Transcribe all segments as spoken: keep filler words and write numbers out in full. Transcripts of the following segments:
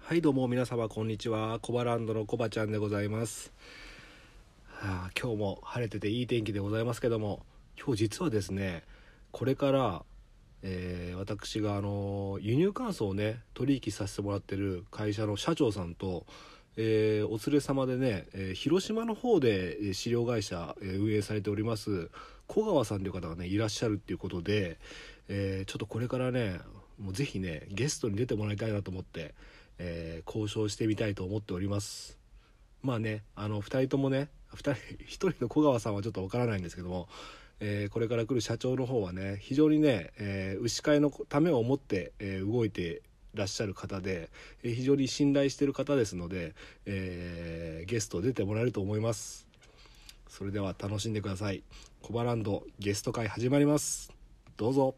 はいどうも皆様こんにちは。コバランドのコバちゃんでございます。はあ、今日も晴れてていい天気でございますけども、今日実はですねこれから、えー私があの輸入乾燥をね取引させてもらってる会社の社長さんと、えーお連れ様でね、えー広島の方でえー飼料会社、えー運営されております小川さんという方がねいらっしゃるっていうことで、えーちょっとこれからねもうぜひねゲストに出てもらいたいなと思って、えー交渉してみたいと思っております。まあねあのふたりともねふたりひとりの小川さんはちょっとわからないんですけども、えーこれから来る社長の方はね非常にね、えー牛飼いのためを思って、えー動いてらっしゃる方で、えー非常に信頼している方ですので、えーゲスト出てもらえると思います。それでは楽しんでください。コバランドゲスト会始まります。どうぞ。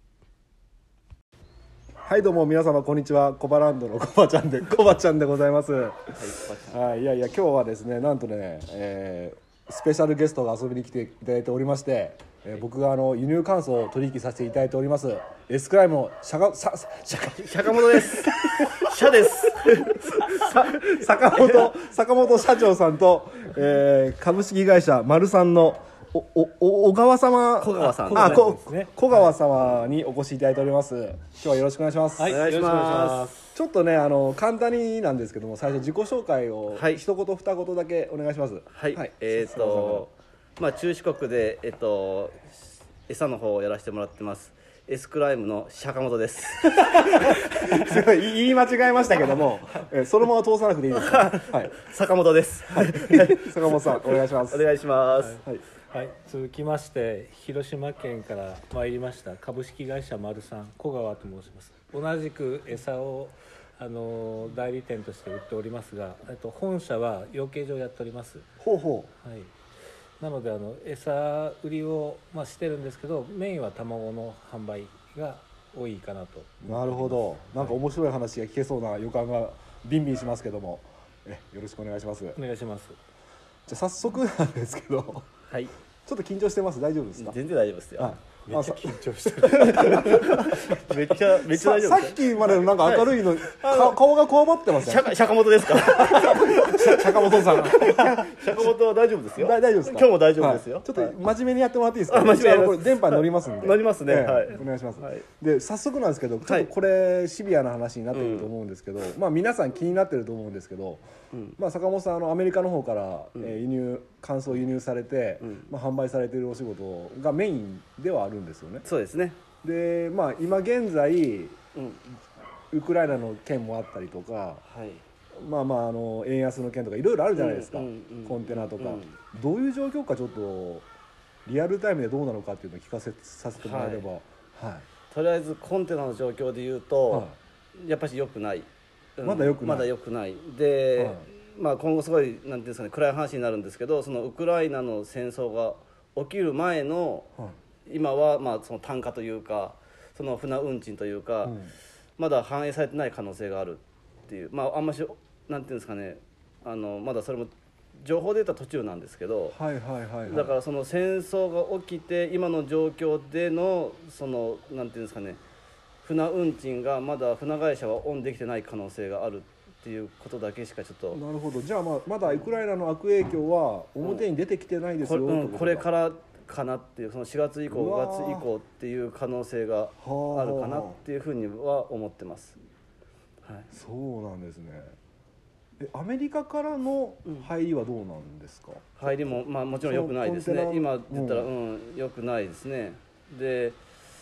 はいどうも皆様こんにちは。コバランドのコバちゃんでコバちゃんでございます。はい、いやいや今日はですねなんとね、えースペシャルゲストが遊びに来ていただいておりまして、えー僕があの輸入乾燥を取引させていただいておりますエスクライムのシャカさシャカ坂本です。シャです。 さ坂本坂本社長さんと、えー株式会社マルさんのおおお小川様小川さんあこですね小川様にお越しいただいております。今日はよろしくお願いします。 はい、 お願いしますよろくお願いします。 ちょっとねあの簡単になんですけども最初自己紹介をはい一言二言だけお願いします。 はい。えっ、とまあ中四国でえっ、と餌の方をやらせてもらってます。エスクライムの坂本です。 すごい言い間違えましたけども、えそのまま通さなくていいですか。はい。 坂本です。 坂本さんお願いします。 お願いします。 はい。 はい、続きまして広島県から参りました株式会社マルさん小川と申します。同じく餌をあの代理店として売っておりますが、えっと本社は養鶏場をやっております。 ほうほはい。なのであの餌売りをまあしてるんですけど、メインは卵の販売が多いかなと。 う。なるほど。なんか面白い話が聞けそうな予感がビンビンしますけども、えよろしくお願いします。じゃお願いします。 あ早速なんですけど、 はい。 ちょっと緊張してます。大丈夫ですか。 全然大丈夫ですよ。 はい。 めっちゃあさ緊張してる。 めっちゃめっちゃ大丈夫ですささっきまでのなんか明るいの、か顔がこわばってますね。 坂坂本ですか。 坂本さん。 坂本は大丈夫ですよ。 大丈夫ですか。 今日も大丈夫ですよ。 はいちょっと真面目にやってもらっていいですか。 あ真面目にやりますこれ電波に乗りますんで。 乗りますねええはいお願いします。 はいで早速なんですけど、ちょっとこれシビアな話になってくると思うんですけど、まあ皆さん気になってると思うんですけど、 うんまあ坂本さんあのアメリカの方から、 うんえー輸入乾燥輸入されて、 うんまあ販売されているお仕事がメインではあるんですよね。 そうですね。 でまあ今現在うん。 ウクライナの件もあったりとか。 はい。 まあまああの円安の件とかいろいろあるじゃないですか、 うんうんうんコンテナとか、 うんどういう状況かちょっとリアルタイムでどうなのかっていうのを聞かせさせてもらえれば、はいとりあえずコンテナの状況で言うと、 はやっぱり良くない、うんまだ良くないまだ良くないで、 はいまあ、今後すごいなんていうんですかね暗い話になるんですけど、そのウクライナの戦争が起きる前のはい今はまあその単価というかその船運賃というか、 うんまだ反映されてない可能性があるっていう、まああんましなんていうんですかね、あのまだそれも情報で言ったら途中なんですけど、 はいはいはいはいだからその戦争が起きて今の状況でのそのなんていうんですかね、船運賃がまだ船会社はオンできてない可能性があるっていうことだけしかちょっとなるほど。じゃあ、まあ、まだウクライナの悪影響は表に出てきてないですよ、 これ、うん、これかららかなっていう、そのしがつ以降うわーごがつ以降っていう可能性があるかなっていうふうには思ってます。はいそうなんですね。えアメリカからの入りはどうなんですか、 入りも、まあ、もちろん良くないですね。 そのコンテナ今言ったら、 ううん、良くないですね。で、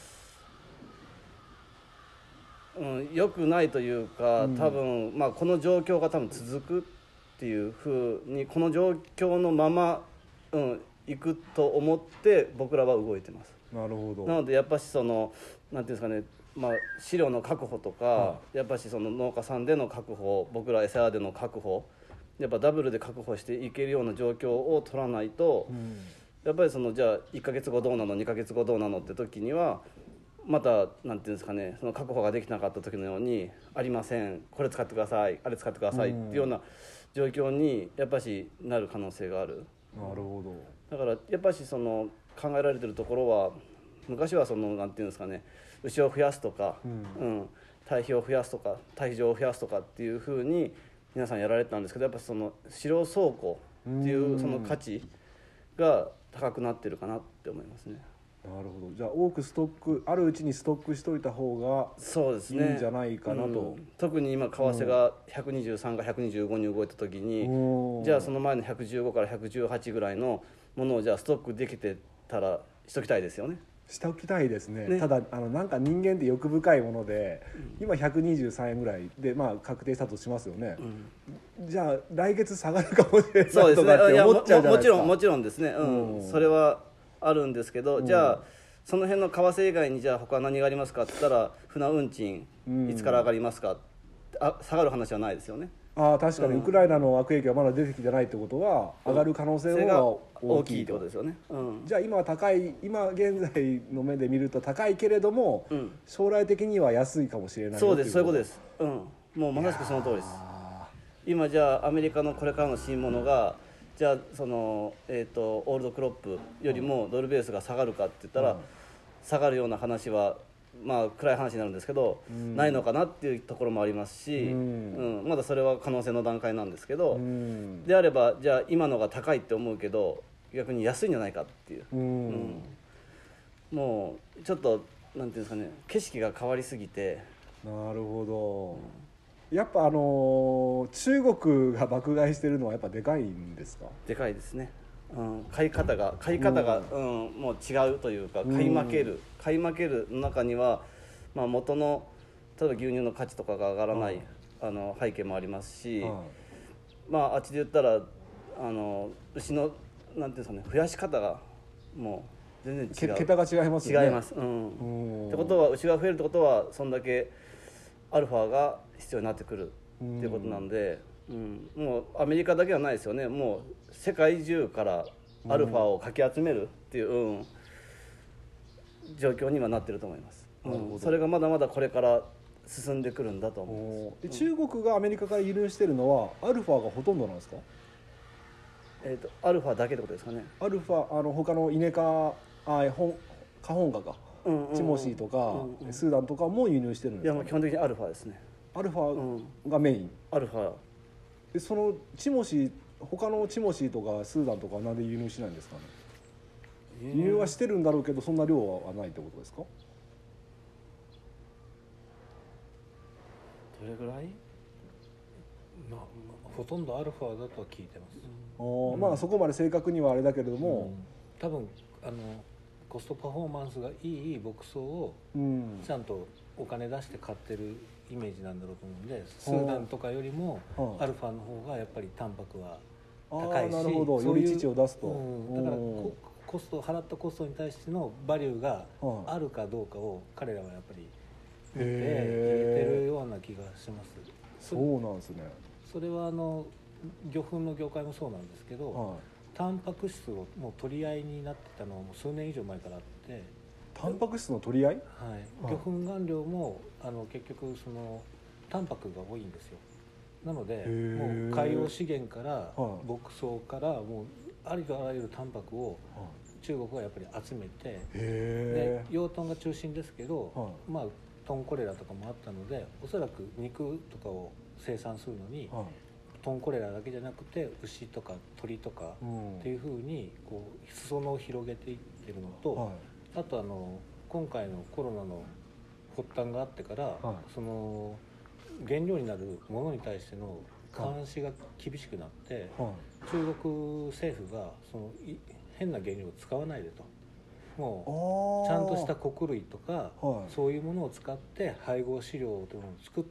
うん、良くないというか、 うん多分、まあ、この状況が多分続くっていうふうに、この状況のまま、うん、行くと思って僕らは動いてます。 なるほど。 なのでやっぱしそのなんていうんですかね、まあ、飼料の確保とか、 はやっぱしその農家さんでの確保、僕ら餌屋での確保、やっぱダブルで確保していけるような状況を取らないと、 うんやっぱりそのじゃあいっかげつごどうなのにかげつごどうなのって時にはまたなんていうんですかね、その確保ができなかった時のようにありません、これ使ってください、あれ使ってくださいっていうような状況にやっぱしなる可能性がある。 なるほど。 だからやっぱしその考えられてるところは、昔はそのなんていうんですかね、牛を増やすとか、 うんうん、 堆肥を増やすとか堆肥場を増やすとかっていうふうに皆さんやられてたんですけど、やっぱその白倉庫っていうその価値が高くなってるかなって思いますね。 なるほど。じゃあ多くストックあるうちにストックしといた方がそうですね、 いいんじゃないかなと、 うん、特に今為替がひゃくにじゅうさんがひゃくにじゅうごに動いた時に、 うん、 じゃあその前のひゃくじゅうごからひゃくじゅうはちぐらいのものをじゃあストックできてたらしときたいですよね。 しておきたいです ね, ね。 ただあのなんか人間って欲深いもので、うん、今ひゃくにじゅうさんえんぐらいで、まあ、確定したとしますよね、うん、じゃあ来月下がるかもしれないとかって思っちゃうじゃないですか。 もちろんもちろんですね、うんうん、それはあるんですけど、うん、じゃあその辺の為替以外にじゃあ他何がありますかって言ったら船運賃いつから上がりますか、うん、あ下がる話はないですよね。 ああ確かにウクライナの悪影響がまだ出てきてないってことは、うん、上がる可能性が大きいってことですよね、うん、じゃあ今は高い今現在の目で見ると高いけれども、うん、将来的には安いかもしれない。 そうですそういうことです、うん、もうまさしくその通りです。今じゃあアメリカのこれからの新物がじゃあその、えーと、オールドクロップよりもドルベースが下がるかって言ったら、うん、下がるような話はまあ暗い話になるんですけど、うん、ないのかなっていうところもありますし、うんうん、まだそれは可能性の段階なんですけど、うん、であればじゃあ今のが高いって思うけど逆に安いんじゃないかっていう、うんうん、もうちょっとなんていうんですかね、景色が変わりすぎて。 なるほど、うん、やっぱあのー、中国が爆買いしてるのはやっぱでかいんですか。 でかいですね、うん、買い方が買い方が、うんうん、もう違うというか買い負ける、うん、買い負けるの中には、まあ、元の例えば牛乳の価値とかが上がらない、うん、あの背景もありますし、うん、まああっちで言ったらあの牛のなんていうんですかね、増やし方がもう全然違う、 桁が違いますよね。 違います、うん、ってことは牛が増えるってことはそんだけアルファが必要になってくるっていうことなんで、うん、もうアメリカだけはないですよね。もう世界中からアルファをかき集めるっていう、うん、状況にはなってると思います、うん、それがまだまだこれから進んでくるんだと思います。 で中国がアメリカから輸入してるのはアルファがほとんどなんですか。 えーと、アルファだけってことですかね。 アルファあの他のイネ科あ本カホンガか、うんうんうん、チモシーとか、うんうん、スーダンとかも輸入してるんですか。 いやもう基本的にアルファですね。 アルファがメイン、うん、 アルファでそのチモシー他のチモシーとかスーダンとかはなんで輸入しないんですかね。輸入はしてるんだろうけどそんな量はないってことですか。 どれぐらい、 まあ、ほとんどアルファだとは聞いてます、 うん、まあそこまで正確にはあれだけれども、 うん、多分あのコストパフォーマンスがいい牧草をちゃんとお金出して買ってるイメージなんだろうと思うんで、スーダンとかよりもアルファの方がやっぱりタンパクは高いし、 なるほど、より乳を出すと、うん、 だからコスト払ったコストに対してのバリューがあるかどうかを彼らはやっぱり見て入れてるような気がします。 そうなんですね。 それはあの魚粉の業界もそうなんですけど、はい、タンパク質をもう取り合いになってたのはもう数年以上前からあって、 タンパク質の取り合い、 はい、魚粉含量もあの結局そのタンパクが多いんですよ。なのでもう海洋資源から牧草からもうありとあらゆるタンパクを中国がやっぱり集めて、で養豚が中心ですけど、はい、まあトンコレラとかもあったのでおそらく肉とかを生産するのに、はい、トンコレラだけじゃなくて牛とか鳥とかっていう風にこう裾野を広げていってるのと、はい、あとあの今回のコロナの発端があってから、はい、その原料になるものに対しての監視が厳しくなって、はい、中国政府がその変な原料を使わないでと、もうちゃんとした穀類とか、はい、そういうものを使って配合飼料というのを作って、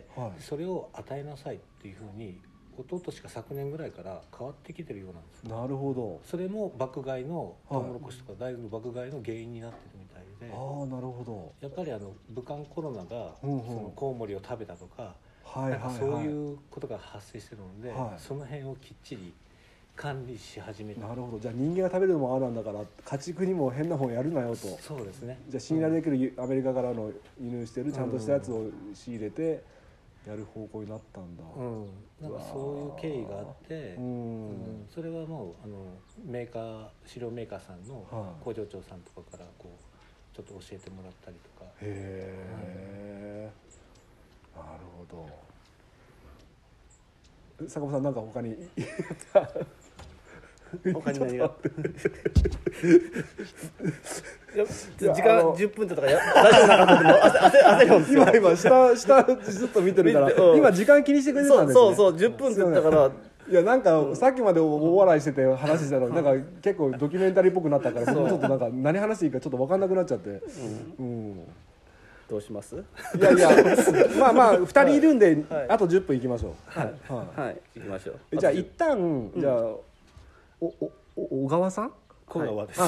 はい、それを与えなさいっていうふうに一昨年か昨年ぐらいから変わってきてるようなんです。 なるほど。 それも爆買いのトウモロコシとか大豆の爆買いの原因になってるみたいで、 ああなるほど。 やっぱりあの武漢コロナが、 うんうん、 そのコウモリを食べたとか、 はいはいはい、 なんかそういうことが発生してるので、 はい、 その辺をきっちり管理し始めた。 なるほど。じゃあ人間が食べるのもあるんだから家畜にも変なもんやるなよと。 そうですね。 じゃあ信頼できるアメリカからの輸入してるちゃんとしたやつを仕入れてやる方向になったんだ、 うん、なんかそういう経緯があって、うんうん、それはもうあのメーカー飼料メーカーさんの工場長さんとかからこうちょっと教えてもらったりとか。 へえ、 ほど。坂本さんなんか他に他に何がいや時間じゅっぷんとかや大丈夫なかったでも焦焦るんですよ。 今今下下ずっと見てるから、 うん、 今時間気にしてくれてたんですね。 そうそうそうじゅっぷんって言ったからいやなんかさっきまでお笑いしてて話してたのになんか結構ドキュメンタリーっぽくなったから僕もちょっとなんか何話していいかちょっと分かんなくなっちゃって、うんうん、 どうします？ いやいやまあまあふたりいるんで、はい、あとじゅっぷんいきましょう。 はいはい、はい、行きましょう。 じゃあ一旦、うん、じゃあおおお小川さん小川です、 はい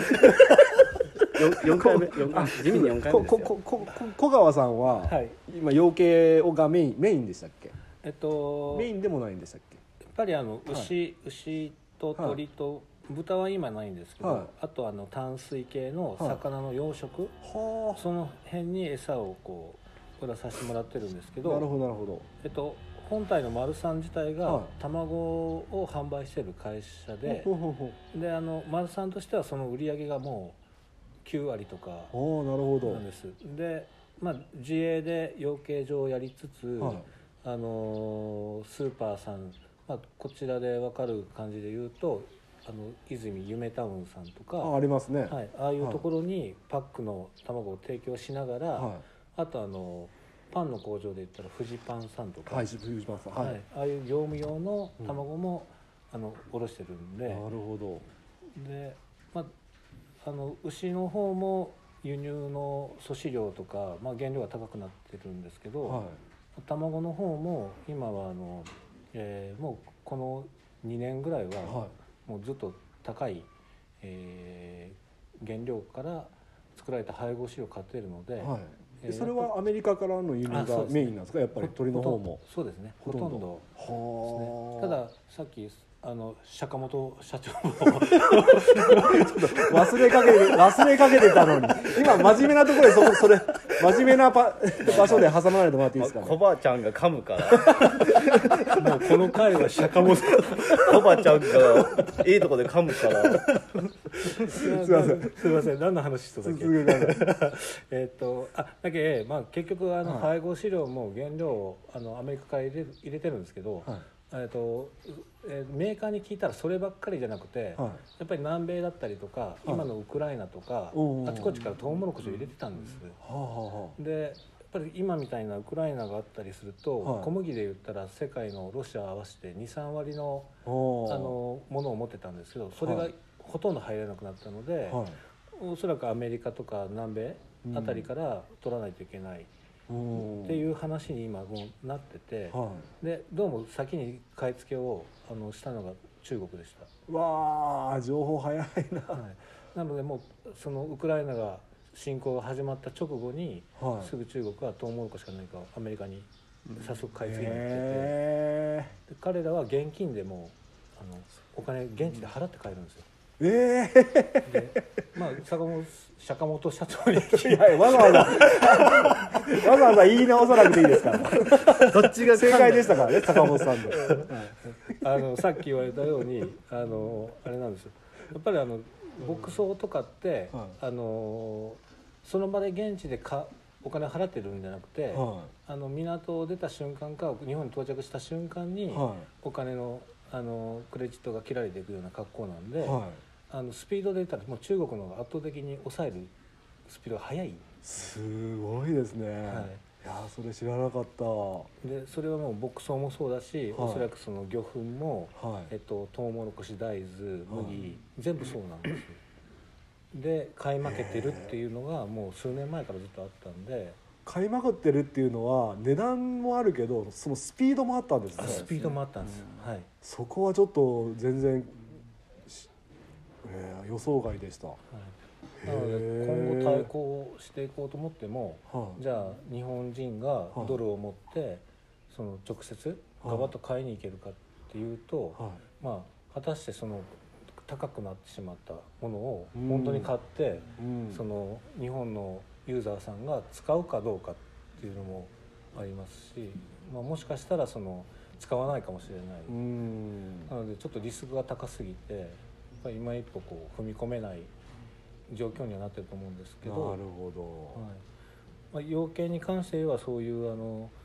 、よんかいめよんかいめ地味によんかいめですよ。こここ小川さんは、はい、今養鶏がメインメインでしたっけ？ えっとメインでもないんでしたっけ？ やっぱりあの牛、はい、牛と鳥と、はい、豚は今ないんですけど、はい、あとあの淡水系の魚の養殖、はい、その辺に餌をこう売らさせてもらってるんですけど、 なるほどなるほど。 えっと本体のマルサン自体が卵を販売している会社で、はい、であのマルサンとしてはその売り上げがもうきゅうわりとかなんです。で、まあ、自営で養鶏場をやりつつ、はい、あのスーパーさん、まあ、こちらで分かる感じで言うとあの泉夢タウンさんとかあ, ありますね、 はい、ああいうところにパックの卵を提供しながら、はい、あとあのパンの工場で言ったらフジパンさんとか、 はい、フジパンさん、はい、 ああいう業務用の卵も、うん、あの卸してるんで、 なるほど。 で、まあ、あの牛の方も輸入の粗飼料とか、まあ、原料が高くなってるんですけど、はい、卵の方も今はあの、えー、もうこのにねんぐらいは、はい、もうずっと高い、えー、原料から作られた配合飼料を買っているので、はい、 えー、それはアメリカからの輸入がメインなんですか？やっぱり鳥の方も。 そうですね、ほとんどですね。たださっきあの坂本社長もちょっと忘れかけて忘れかけてたのに今真面目なところで そ, それ真面目なパ場所で挟まないでもらっていいですかね。 コバちゃんが噛むからもうこの回は坂本コバちゃんがいいとこで噛むからすいませんすいません何の話しただっけえっとあだけ、まあ、結局あの、はい、配合飼料も原料をあのアメリカから入れ入れてるんですけど、はい、えーとえー、メーカーに聞いたらそればっかりじゃなくて、はい、やっぱり南米だったりとか、はい、今のウクライナとか、はい、あちこちからトウモロコシを入れてたんです、うん、でやっぱり今みたいなウクライナがあったりすると、はい、小麦で言ったら世界のロシアを合わせて にさんわりの、あのものを持ってたんですけどそれがほとんど入らなくなったので、はい、おそらくアメリカとか南米あたりから取らないといけない、うん、っていう話に今もうなってて、はい、でどうも先に買い付けをあのしたのが中国でした。 わあ情報早いな、 はい、なのでもうそのウクライナが侵攻が始まった直後に、はい、すぐ中国はトウモロコシか何かアメリカに早速買い付けに行ってて、で彼らは現金でもうあのお金現地で払って帰るんですよ。えー、でまあ坂本坂本社長にいやわざわざわざわざ言い直さなくていいですからどっちが正解でしたからね坂本さんであのさっき言われたようにあのあれなんですよやっぱりあの牧草とかって、はい、あのその場で現地でかお金払ってるんじゃなくて、はい、あの港を出た瞬間か日本に到着した瞬間に、はい、お金のあのクレジットが切られていくような格好なんで、はい、あのスピードで言ったらもう中国の方が圧倒的に抑えるスピードが速い。 すごいですね、はい、いやそれ知らなかった。 でそれはもう牧草もそうだし、はい、おそらくその魚粉も、はい、えっと、トウモロコシ大豆麦、はい、全部そうなんですよ。で買い負けてるっていうのがもう数年前からずっとあったんで、 買いまくってるっていうのは値段もあるけどそのスピードもあったんですね。 スピードもあったんですよ、うん、はい、 そこはちょっと全然、えー、予想外でした、はい、 なので今後対抗していこうと思っても、はあ、じゃあ日本人がドルを持って、はあ、その直接ガバッと買いに行けるかっていうと、はあ、まあ果たしてその高くなってしまったものを本当に買って、うんうん、その日本のユーザーさんが使うかどうかっていうのもありますし、まあ、もしかしたらその使わないかもしれない、うん、なのでちょっとリスクが高すぎてやっぱり今一歩こう踏み込めない状況にはなってると思うんですけど、 なるほど、 はい、まあ、養鶏に関してはそういうあの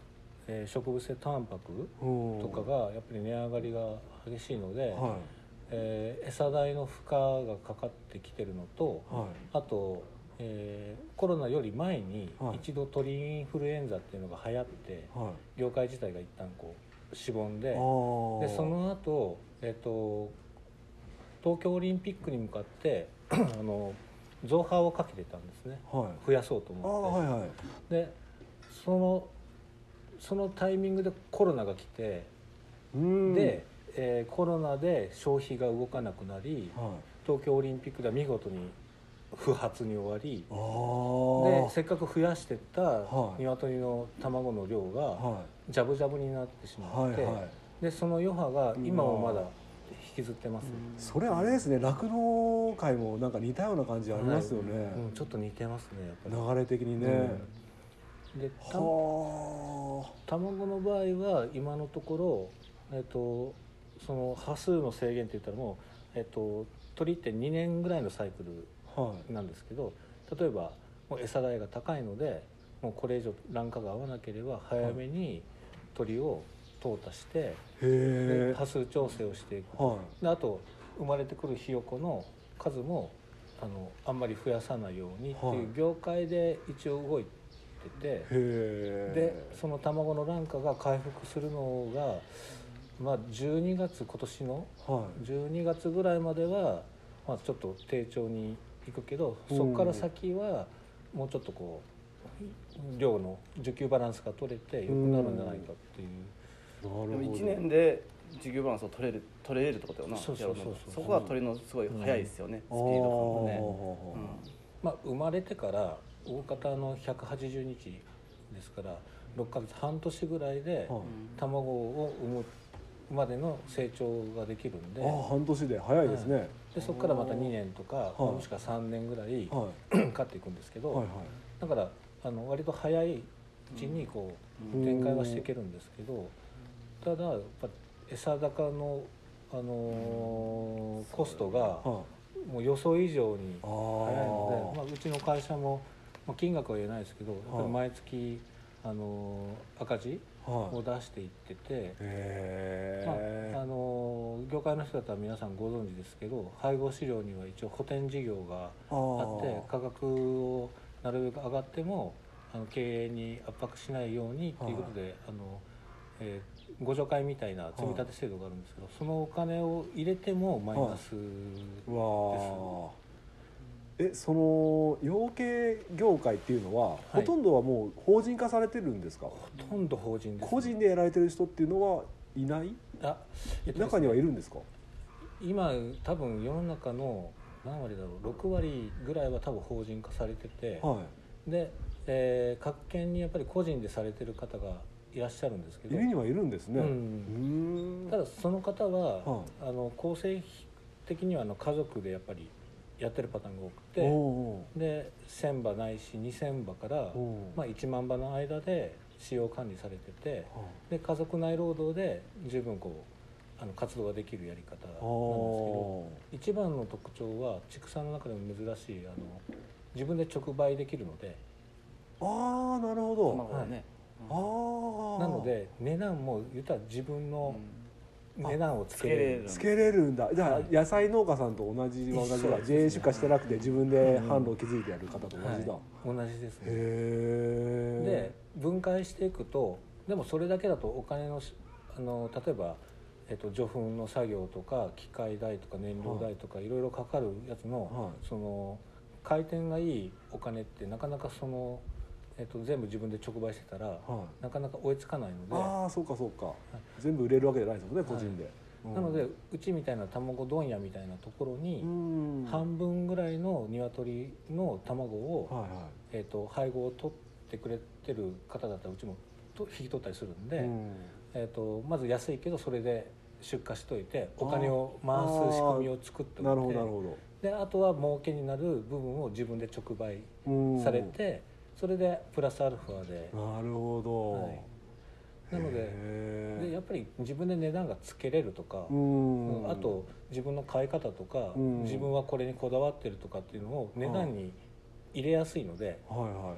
えー植物性タンパクとかがやっぱり値上がりが激しいので、 はえー餌代の負荷がかかってきてるのと、 いはいあと、えーコロナより前にはい一度鳥インフルエンザっていうのが流行ってはい業界自体が一旦こうしぼんで、 あーでその後、えーと東京オリンピックに向かってあの増派をかけてたんですね、 はい増やそうとあー思って、 はいはいでそのそのタイミングでコロナが来て、 うんで、えーコロナで消費が動かなくなり、 はい東京オリンピックでは見事に不発に終わり、 あでーせっかく増やしてたはい鶏の卵の量がはジャブジャブになってしいまって、 はいはいでその余波が今もまだ引きずってます、 それあれですね酪農界もなんか似たような感じありますよね、 うん、ちょっと似てますねやっぱり。 流れ的にね、 でたは卵の場合は今のところ、えっと、その波数の制限って言ったらもう、えっと、鳥ってにねんぐらいのサイクルあはいなんですけど、例えばもう餌代が高いのでもうこれ以上卵価が合わなければ早めに鳥を淘汰して、 へでえ波数調整をしていく、 はであと生まれてくるひよこの数もあのあんまり増やさないようにってはいいう業界で一応動いてて、 いへえでその卵の卵価が回復するのが、まあ、じゅうにがつ今年のはじゅうにがつぐらいまでは、まあ、ちょっと低調にいくけど、そこから先はもうちょっとこう量の需給バランスが取れて良くなるんじゃないかっていう。 いなるほどでもいちねんで需給バランスを取れる取れれるってことよな。 そうそうそうそうやろなそこは取りのすごい早いですよね、スピード感もね。 まあ、生まれてから大方のひゃくはちじゅうにちですからろっかげつ半年ぐらいではい卵を産むまでの成長ができるんで、 ああ半年で早いですね、 でそこからまたにねんとか、 はいもしくはさんねんぐらいはいかっていくんですけど、 はいはいだからあの割と早いうちにこう、 うん展開はしていけるんですけど、ただやっぱ餌高の、あのーコストがはもう予想以上にあ早いので、まあ、うちの会社も、まあ、金額は言えないですけど、やっぱり毎月、あのー赤字いはいを出していってて、 へまえああのー業界の人だったら皆さんご存知ですけど、配合飼料には一応補填事業があって価格をなるべく上がってもあの経営に圧迫しないようにっていうことで、あのえー互助会みたいな積み立て制度があるんですけど、そのお金を入れてもマイナスです。 うわーえその養鶏業界っていうのは、 いほとんどはもう法人化されてるんですか？ ほとんど法人ですね、 個人でやられてる人っていうのはいない？ あ、えっとですね中にはいるんですか？ 今多分世の中の何割だろうろくわりぐらいは多分法人化されてて、 はで、えー各県にやっぱり個人でされてる方がいらっしゃるんですけい。 ど、 いるにはいるんですね。 ううんーん。 ただその方は、 はあの構成的にはあの家族でやっぱりやってるパターンが多くて、 おうでせんばないしにせんばから、 おうおうまあ、いちまんばの間で使用管理されてて、 はで家族内労働で十分こうあの活動ができるやり方なんですけあど、一番の特徴は畜産の中でも珍しいあの自分で直売できるので、 あーあーなるほど。 卵はね、 ああ。 なので値段も言ったら自分の値段をつけれる。 つけれるんだ。じゃあ、 はい野菜農家さんと同じ同じだ。 そうですねジェーエー 出荷してなくて自分で販路を築いてやる方と同じだ。 はい、同じですね。 へえ。 で分解していくと、でもそれだけだとお金のしあの例えば、えっと、除粉の作業とか機械代とか燃料代とかいろいろかかるやつの、 はいその回転がいいお金ってなかなかその、えっと、全部自分で直売してたら、 はい。 なかなか追いつかないので、 ああそうかそうか、全部売れるわけじゃないですもんね個人で、うんなのでうちみたいな卵問屋みたいなところに、 うん半分ぐらいの鶏の卵を、 はいはえっと、配合を取ってくれてる方だったらうちもと引き取ったりするんで、 い、うんえー、とまず安いけどそれで出荷しといてお金を回す仕組みを作っておいて、 なるほどなるほど、 であとは儲けになる部分を自分で直売うんされて、それでプラスアルファで、 なるほど、 はいなのでへーでやっぱり自分で値段がつけれるとか、 うんうんあと自分の買い方とか、 うん自分はこれにこだわってるとかっていうのを値段に入れやすいので、 はいはい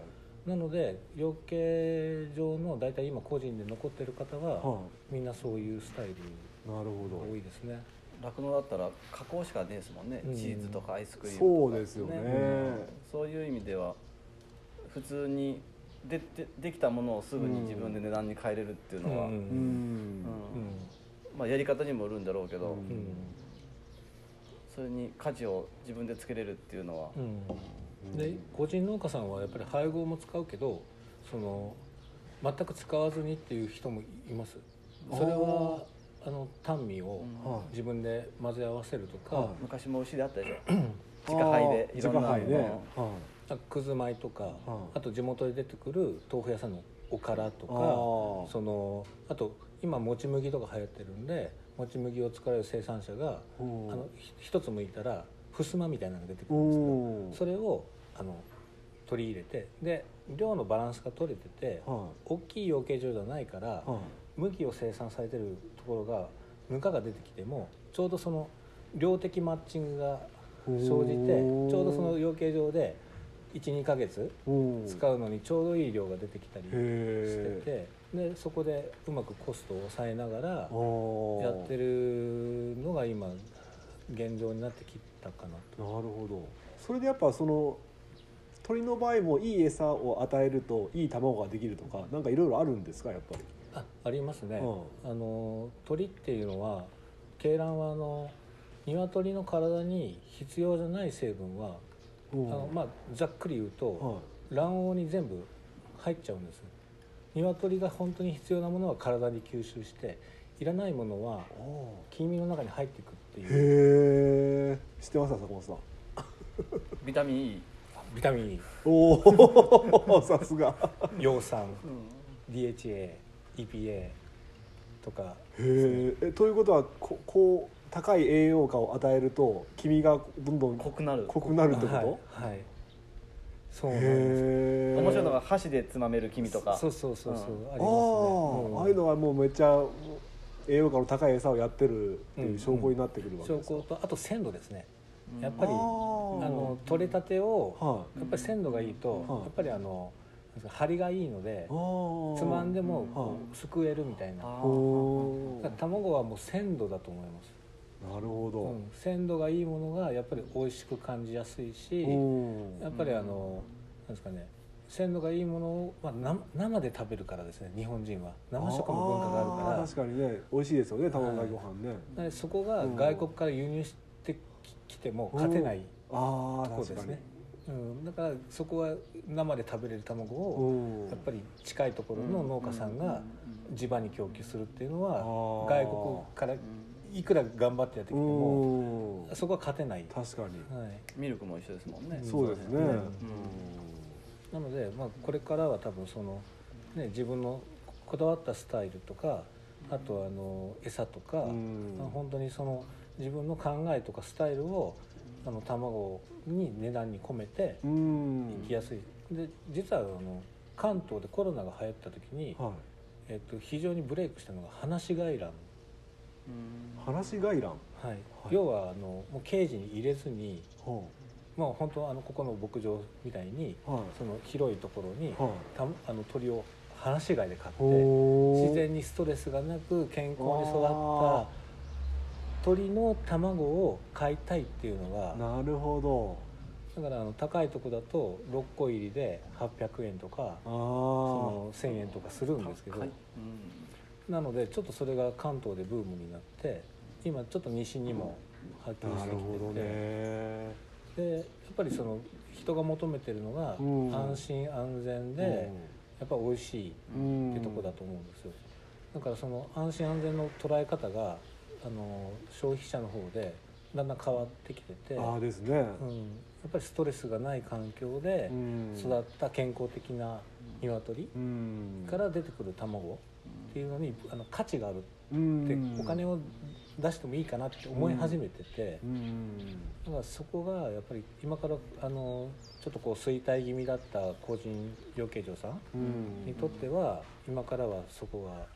なので養鶏場の大体今個人で残ってる方は、 はみんなそういうスタイルい、なるほどが多いですね。 酪農だったら加工しかねえですもんね、 うんチーズとかアイスクリームとか、 そうですよねうんそういう意味では普通にででできたものをすぐに自分で値段に変えれるっていうのは、 うんうん、 うんまあ、やり方にもよるんだろうけど、 うんうんそれに価値を自分でつけれるっていうのは、 うんで個人農家さんはやっぱり配合も使うけどその全く使わずにっていう人もいます。それはあの単味をうん自分で混ぜ合わせるとか、 はい昔も牛であったでしょ自家配でいろんな自家配ね、 うんはいあくず米とか、 はいあと地元で出てくる豆腐屋さんのおからとか、 あーそのあと今もち麦とか流行ってるんでもち麦を作られる生産者があうんのひ一つ剥いたらふすまみたいなのが出てくうるんですんけど、それをあの取り入れてで量のバランスが取れてて、 は大きい養鶏場じゃないから、 いはい麦を生産されてるところがぬかが出てきてもちょうどその量的マッチングが生じてちょうどその養鶏場でいちにかげつうん使うのにちょうどいい量が出てきたりしてへてでそこでうまくコストを抑えながらーやってるのが今現状になってきたかなと。 なるほど。それでやっぱその鳥の場合もいい餌を与えるといい卵ができるとかなんかいろいろあるんですかやっぱり。 あありますね、 うあの鳥っていうのは鶏卵はあの鶏の体に必要じゃない成分は、 うんあのまあ、ざっくり言うと、 は卵黄に全部入っちゃうんです。鶏が本当に必要なものは体に吸収していらないものは黄身の中に入っていくってい、 いうへえ知ってますか坂本さん。 ビタミン E、 ビタミン E おおさすが。 葉酸 ディーエイチエー イーピーエー とかへえということはここう高い栄養価を与えると黄身がどんどん濃くなる濃くなるってこと。 はい、はい、そうなんです。 へえ面白いのが箸でつまめる黄身とかそうそうそうそう、 うんありますね。 ああ、ああいうのはもうめっちゃ栄養価の高い餌をやってるっていう証拠になってくるわけ証ですか。 拠とあと鮮度ですね。 うんやっぱりああーの取れたてをはやっぱり鮮度がいいと、 はいやっぱりあのなんですか張りがいいのでい。ああ。 つまんでもこはうすくえるみたいな。 あーおだから卵はもう鮮度だと思います。 なるほど。 うん、鮮度がいいものがやっぱり美味しく感じやすいし、 うんやっぱりあのなんですかね。鮮度がいいものを、まあ、生生で食べるからですね。日本人は生食の文化があるあーから確かにね美味しいですよね卵かけご飯ね。 でそこが外国から輸入してきても勝てないああところです確かにね。うん、だからそこは生で食べれる卵をうんやっぱり近いところの農家さんが地場に供給するっていうのはあー外国からいくら頑張ってやってきてもうんそこは勝てない、 確かにはい、 ミルクも一緒ですもんね。 そうですね。 うんうんなので、まあ、これからは多分その、ね、自分のこだわったスタイルとかあとはあの餌とか、 うんまあ本当にその自分の考えとかスタイルをあの卵に値段に込めてうんいきやすい。で実はあの関東でコロナが流行った時に、 はいえっと、非常にブレイクしたのが放し飼い卵、 うん話し外覧。 はい要はあのもうケージに入れずにはもう本当あのここの牧場みたいにいはいその広いところにはい。 たあの鳥を放し飼いで飼っておー自然にストレスがなく健康に育っあた鳥の卵を飼いたいっていうのがなるほど。 だからあの高いとこだとろっこ入りではっぴゃくえんとかああそのせんえんとかするんですけど高いなのでちょっとそれが関東でブームになって今ちょっと西にも波及なるしてきほどてて、 ね。 でやっぱりその人が求めてるのがうん安心安全でやっぱ美味しいうんってとこだと思うんですよ。だからその安心安全の捉え方があの消費者の方でだんだん変わってきてて、 ああですね。 うん、やっぱりストレスがない環境でうん育った健康的な鶏うんから出てくる卵っていうのにあの価値があるうんってお金を出してもいいかなって思い始めてて、 うんだからそこがやっぱり今からあのちょっとこう衰退気味だった個人養鶏場さんうんにとっては今からはそこがあの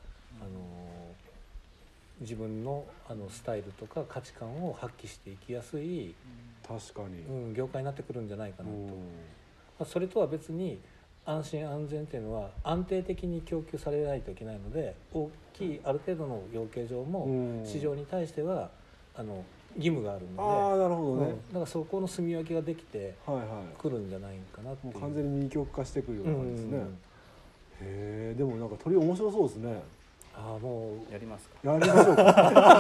自分のあのスタイルとか価値観を発揮していきやすい、 確かに。 うん、業界になってくるんじゃないかなと、 うんまあそれとは別に安心安全っていうのは安定的に供給されないといけないので、大きいある程度の養鶏場も市場に対してはあの義務があるので、 ああなるほどね、 うん、だからそこの住み分けができてくるんじゃないかなっていう、 もう完全に二極化してくるような感じですね、 うんうん、 へえでもなんか鳥面白そうですね。 ああもうやりますか。 やりましょうか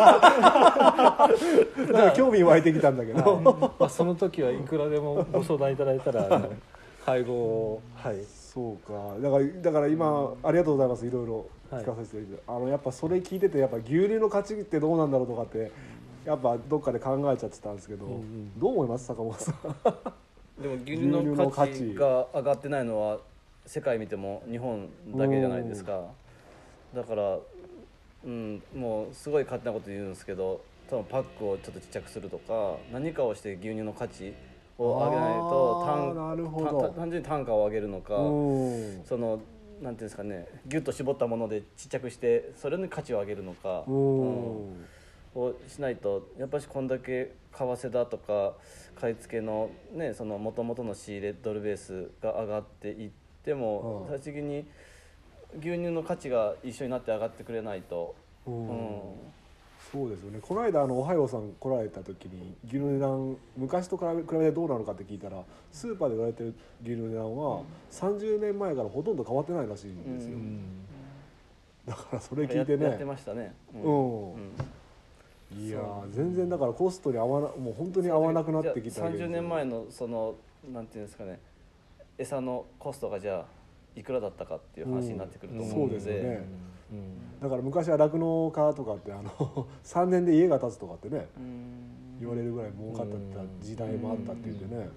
なんか興味湧いてきたんだけど、 まあ、その時はいくらでもご相談いただいたらあの配合を、はい、 そうかだからだから今ありがとうございます、いろいろ聞かせていただいて、はい、あのやっぱそれ聞いててやっぱ牛乳の価値ってどうなんだろうとかってやっぱどっかで考えちゃってたんですけど、うんうん、どう思います坂本さんでも牛乳の価値が上がってないのは世界見ても日本だけじゃないですか。だから、うん、もうすごい勝手なこと言うんですけど、多分パックをちょっとちっちゃくするとか何かをして牛乳の価値を上げないと単, 単純に単価を上げるのか、そのなんていうんですかね、ギュッと絞ったものでちっちゃくしてそれに価値を上げるのか、うん、をしないとやっぱりこんだけ為替だとか買い付けのね、その元々の仕入れドルベースが上がっていっても最終的に牛乳の価値が一緒になって上がってくれないと、うんうん、 そうですよね。この間あのおはようさん来られた時に牛乳の値段昔と比べてどうなのかって聞いたら、スーパーで売られてる牛乳の値段はさんじゅうねんまえからほとんど変わってないらしいんですよ、うん、だからそれ聞いてねや, やってましたね、 うんうんうん、いや全然だからコストに合わなもう本当に合わなくなってきた。 さんじゅうねんまえのそのなんていうんですかね、餌のコストがじゃあいくらだったかっていう話になってくると思うので、うん、そうですよね、 うん、だから昔は酪農家とかってあのさんねんで家が建つとかってね、うん、言われるぐらい儲かった時代もあったって言ってね、うんうん、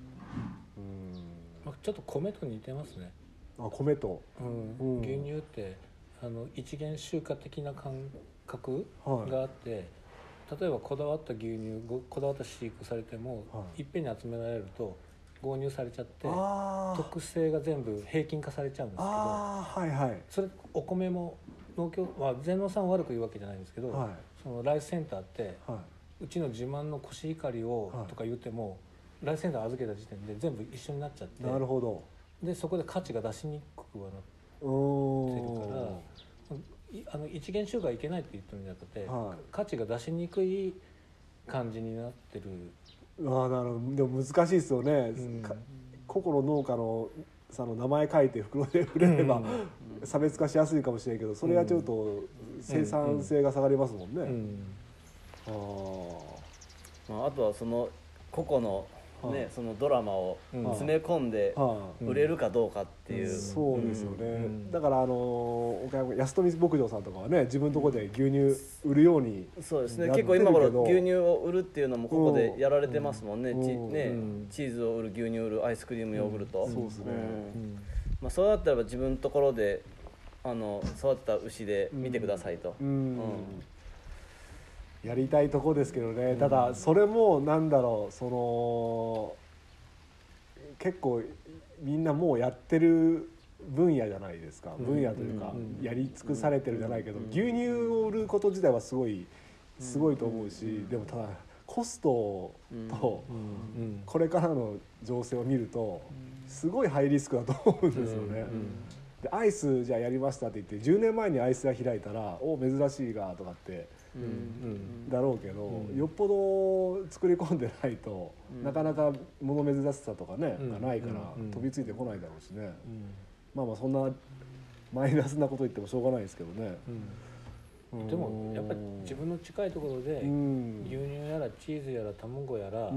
ちょっと米と似てますね。 あ、米と、 うんうん、牛乳ってあの一元集荷的な感覚があって、はい、例えばこだわった牛乳こだわった飼育されても、はい、いっぺんに集められると合入されちゃって特性が全部平均化されちゃうんですけど、あ、はいはい、それお米も農協は全農さんを悪く言うわけじゃないんですけど、はい、そのライスセンターって、はい、うちの自慢のコシヒカリをとか言っても、はい、ライスセンター預けた時点で全部一緒になっちゃって、なるほど、でそこで価値が出しにくくはなってるから、あの一元集荷はいけないって言ってるんじゃなくて、はい、価値が出しにくい感じになってる。 ああ、なるほど。でも難しいですよね、うん、個々の農家のその名前書いて袋で売れれば、うん、差別化しやすいかもしれないけど、それはちょっと生産性が下がりますもんね、うんうん、 あ, まあ, あとはその個々のね、はあ、そのドラマを詰め込んで売れるかどうかっていう、うんうん、 そうですよね、うん、だからあの岡山安富牧場さんとかはね、自分のところで牛乳売るように、 うん、そうですね、結構今頃牛乳を売るっていうのもここでやられてますもんね、うん、チ, ねうん、チーズを売る、牛乳を売る、アイスクリーム、ヨーグルト、うん、そうですね、うんまあ、そうだったら自分のところであの育てた牛で見てくださいと、うんうんやりたいとこですけどね、ただそれもなんだろう、その結構みんなもうやってる分野じゃないですか、分野というかやり尽くされてるじゃないけど、牛乳を売ること自体はすごいすごいと思うし、でもただコストとこれからの情勢を見るとすごいハイリスクだと思うんですよね。でアイスじゃあやりましたって言ってじゅうねんまえにアイスが開いたらお珍しいがとかってうん、だろうけど、うん、よっぽど作り込んでないと、うん、なかなか物珍しさとかね、うん、がないから飛びついてこないだろうしね、うん、まあまあそんなマイナスなこと言ってもしょうがないですけどね、 うん、でもやっぱり自分の近いところで、うん、牛乳やらチーズやら卵やら、うん、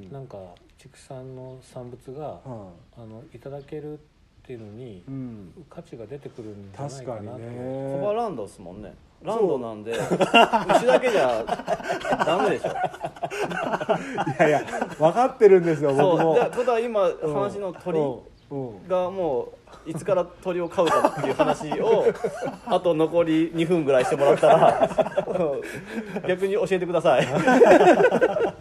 なんか畜産の産物が、はあ、あのいただけるっていうのに、うん、価値が出てくるんじゃないかなと。 コバランドですもんね、ランドなんで牛だけじゃダメでしょいやいや分かってるんですよ僕も。 ただ今話の鳥がもういつから鳥を飼うかっていう話をあと残りにふんぐらいしてもらったら逆に教えてください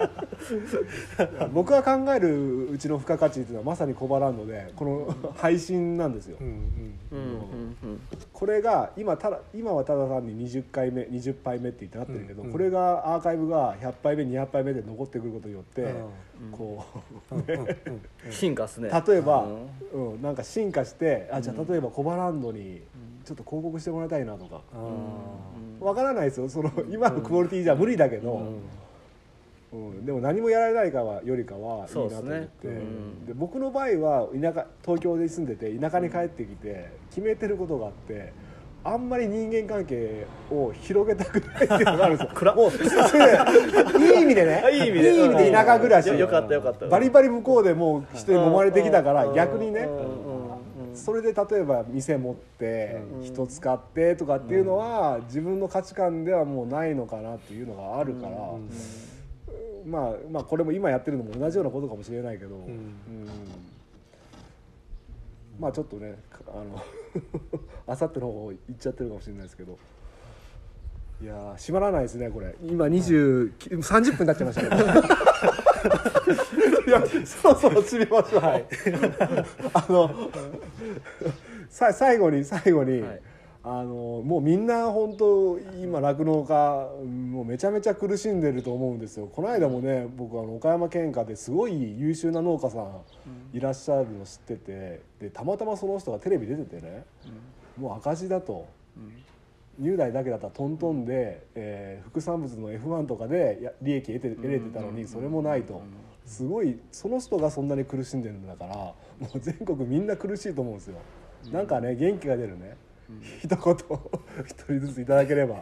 僕が考えるうちの付加価値っていうのはまさにコバランドでこの配信なんですよ、 うんうんうんうんこれが 今, ただ今はただ単ににじゅっかいめにじゅっぱいめって言ってなってるけど、 うんうんこれがアーカイブがひゃっぱいめにひゃっぱいめで残ってくることによって、 うんこう、 うんうんうん進化っすね。 例えば、 うんうん、なんか進化してあじゃあ例えばコバランドにちょっと広告してもらいたいなとか、 あわからないですよその今のクオリティじゃ無理だけど、 ーうんうん、でも何もやられないかはよりかはいいなと思って、 そうですねうんで僕の場合は田舎東京で住んでて田舎に帰ってきて決めてることがあってあんまり人間関係を広げたくないっていうのがあるんですよもうそれいい意味でねいい意味でいい意味で田舎暮らしよよかったよかった。 バリバリ向こうでもう人に揉まれてきたからうん逆にねうんうんうんそれで例えば店持って人使ってとかっていうのは自分の価値観ではもうないのかなっていうのがあるから、まあまあこれも今やってるのも同じようなことかもしれないけど、うんまあちょっとねあのあさっての方行っちゃってるかもしれないですけどいやー閉まらないですねこれ今にじゅう、さんじゅっぷんになっちゃいましたけどいやそろそろ閉めましょう、はい、あのさ最後に最後に、はい、あのもうみんな本当今酪農家もうめちゃめちゃ苦しんでると思うんですよ。この間もね僕あの岡山県下ですごい優秀な農家さんいらっしゃるの知っててでたまたまその人がテレビ出ててね、うん、もう赤字だと、うん、乳代だけだったらトントンで、えー、副産物の エフワン とかでや利益得て得れてたのにそれもないとすごいその人がそんなに苦しんでるんだからもう全国みんな苦しいと思うんですよ。なんかね元気が出るね一言一人ずついただければ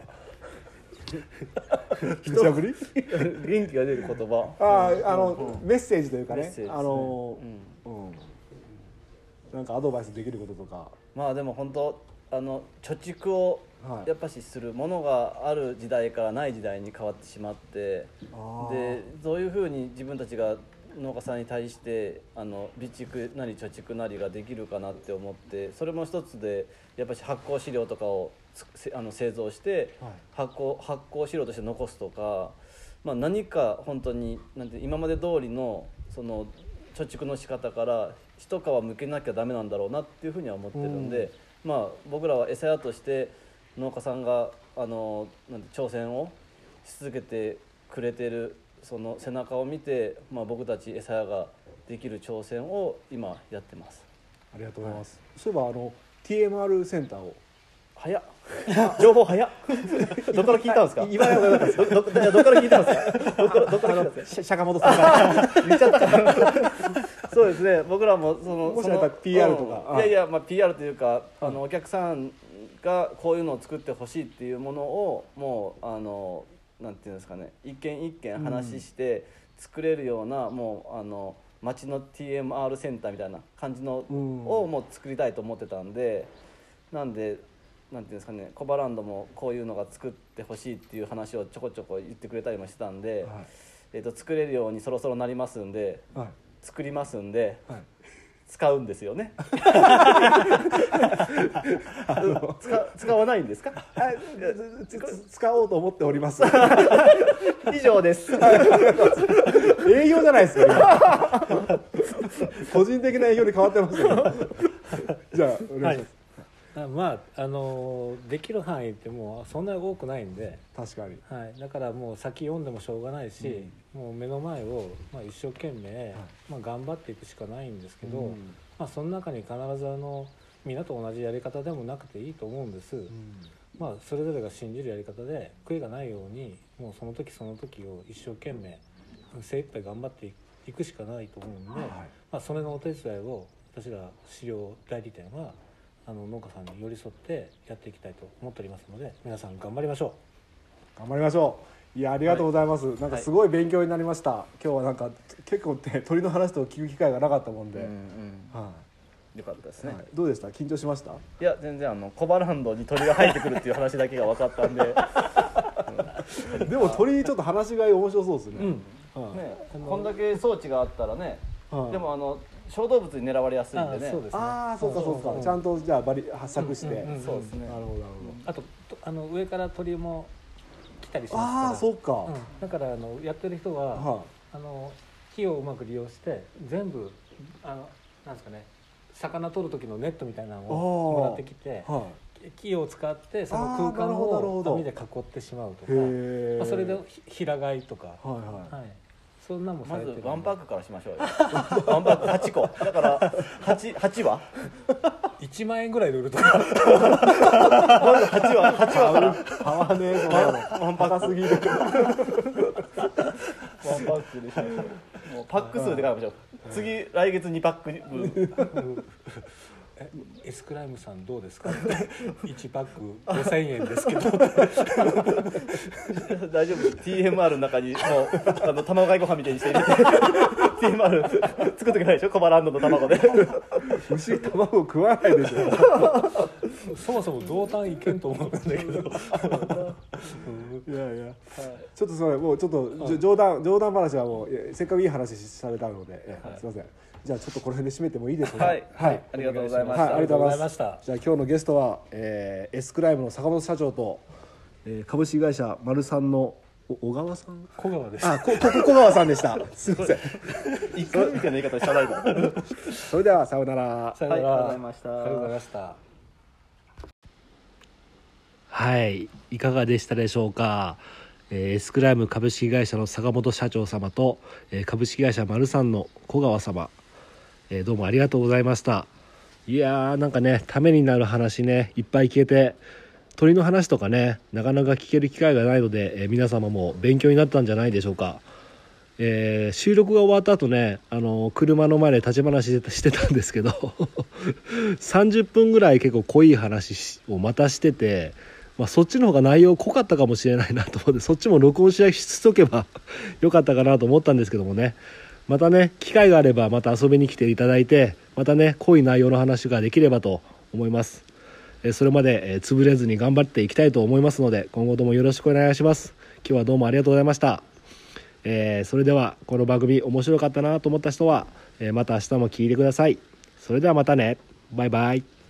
無茶ぶり元気が出る言葉ああの、うん、メッセージというかね、 ねあの、うんうん、なんかアドバイスできることとかまあでも本当あの貯蓄をやっぱしするものがある時代からない時代に変わってしまってでどういうふうに自分たちが農家さんに対してあの備蓄なり貯蓄なりができるかなって思ってそれも一つでやっぱり発酵飼料とかをあの製造して発酵、発酵飼料として残すとか、まあ、何か本当になんて今まで通りのその貯蓄の仕方から一皮むけなきゃダメなんだろうなっていうふうには思ってるんで、うんまあ、僕らは餌屋として農家さんがあのなんて挑戦をし続けてくれてるその背中を見て、まあ、僕たち餌屋ができる挑戦を今やってます。 ありがとうございます、はい、そういえばあの ティーエムアール センターを早っ情報早っどこから聞いたんですか言わない方がよかったですど, ど, どこから聞いたんですかどこからどこから聞いたんですか坂本さんから言っちゃったからそうですね僕らもそのもしかしたら ピーアール とか、 うん、いやいや、まあ、ピーアール というかあのお客さんがこういうのを作ってほしいっていうものをもうあのなんていうんですかね一件一件話して作れるような、うん、もうあの町の ティーエムアール センターみたいな感じの、うん、をもう作りたいと思ってたんでなんでなんていうんですかねコバランドもこういうのが作ってほしいっていう話をちょこちょこ言ってくれたりもしてたんで、はいえー、と作れるようにそろそろなりますんで、はい、作りますんで、はい、使うんですよね使, 使わないんですか使おうと思っております以上です営業じゃないですか個人的な営業に変わってますよじゃあお願いします、 はい、まああのできる範囲ってもうそんなに多くないんで確かに、 はい、だからもう先読んでもしょうがないし、うん、もう目の前を、まあ、一生懸命、はいまあ、頑張っていくしかないんですけど、うんまあ、その中に必ずあのみんなと同じやり方でもなくていいと思うんです、うんまあ、それぞれが信じるやり方で悔いがないようにもうその時その時を一生懸命精一杯頑張っていくしかないと思うんで、はいまあ、それのお手伝いを私ら飼料代理店はあの農家さんに寄り添ってやっていきたいと思っておりますので皆さん頑張りましょう頑張りましょう。いやありがとうございます、はい、なんかすごい勉強になりました、はい、今日はなんか結構って鳥の話と聞く機会がなかったもんで、うんうんはいよかったですね、はい、 どうでした緊張しました？いや全然あのコバランドに鳥が入ってくるっていう話だけが分かったんで、 うん、でも鳥ちょっと話しがい面白そうですね、 うんはい、ねこんだけ装置があったらね、はい、でもあの小動物に狙われやすいんでね。 ああそうですね。 ああそうかそうか、うん、ちゃんとじゃあバリ発作して、 うんうんうん、そうですね。 なるほどなるほど。 あとあの上から鳥も来たりしますから。 ああそうか、 うん、だからあのやってる人は、はあの木をうまく利用して全部あのなんですかね、魚取る時のネットみたいなのをもらってきて、はい、木を使ってその空間を網で囲ってしまうとか、まあ、それで平飼いとか、はいはいはい、そんなもされてる。 まずワンパックからしましょうよワンパックはちこだから 8, 8羽いちまんえんぐらいで売るとかまずはちわはちわから買わねえぞワンパックすぎるワンパックでしょもうパック数で買いましょう。次来月にパック分エスクライムさんどうですかいちパックごせんえんですけど大丈夫 ティーエムアール の中にもうあの卵かけご飯みたいにして入れて ティーエムアール 作っとけないでしょ、コバランドの卵で牛卵食わないでしょそもそも増タンいけんと思うんだけどいやいや、はい、ちょっとそれもうちょっと、はい、冗談冗談話はもうせっかくいい話されたので、はい、すいません。じゃあちょっとこの辺で締めてもいいですか。 はい、はい、ありがとうございました。 はい、ありがとうございました。じゃあ今日のゲストは、えー、エスクライムの坂本社長と、えー、株式会社マルさんの小川さん、 小川です。 あ、ここ小川さんでした。すみません。 一回みたいな言い方したないで。 それではさようなら。 さようなら。 はい、ありがとうございました。 ありがとうございました。 はい、いかがでしたでしょうか。エスクライム株式会社の坂本社長様と株式会社マルさんの小川様、どうもありがとうございました。いやーなんかね、ためになる話ねいっぱい聞けて、鳥の話とかねなかなか聞ける機会がないので、皆様も勉強になったんじゃないでしょうか。えー、収録が終わった後ね、あの車の前で立ち話してたんですけどさんじゅっぷんぐらい結構濃い話をまたしてて、まあ、そっちの方が内容濃かったかもしれないなと思って、そっちも録音ししとけばよかったかなと思ったんですけどもね、またね機会があればまた遊びに来ていただいて、またね濃い内容の話ができればと思います。えそれまで、えー、潰れずに頑張っていきたいと思いますので、今後ともよろしくお願いします。今日はどうもありがとうございました。えー、それではこの番組面白かったなと思った人は、えー、また明日も聞いてください。それではまたね、バイバイ。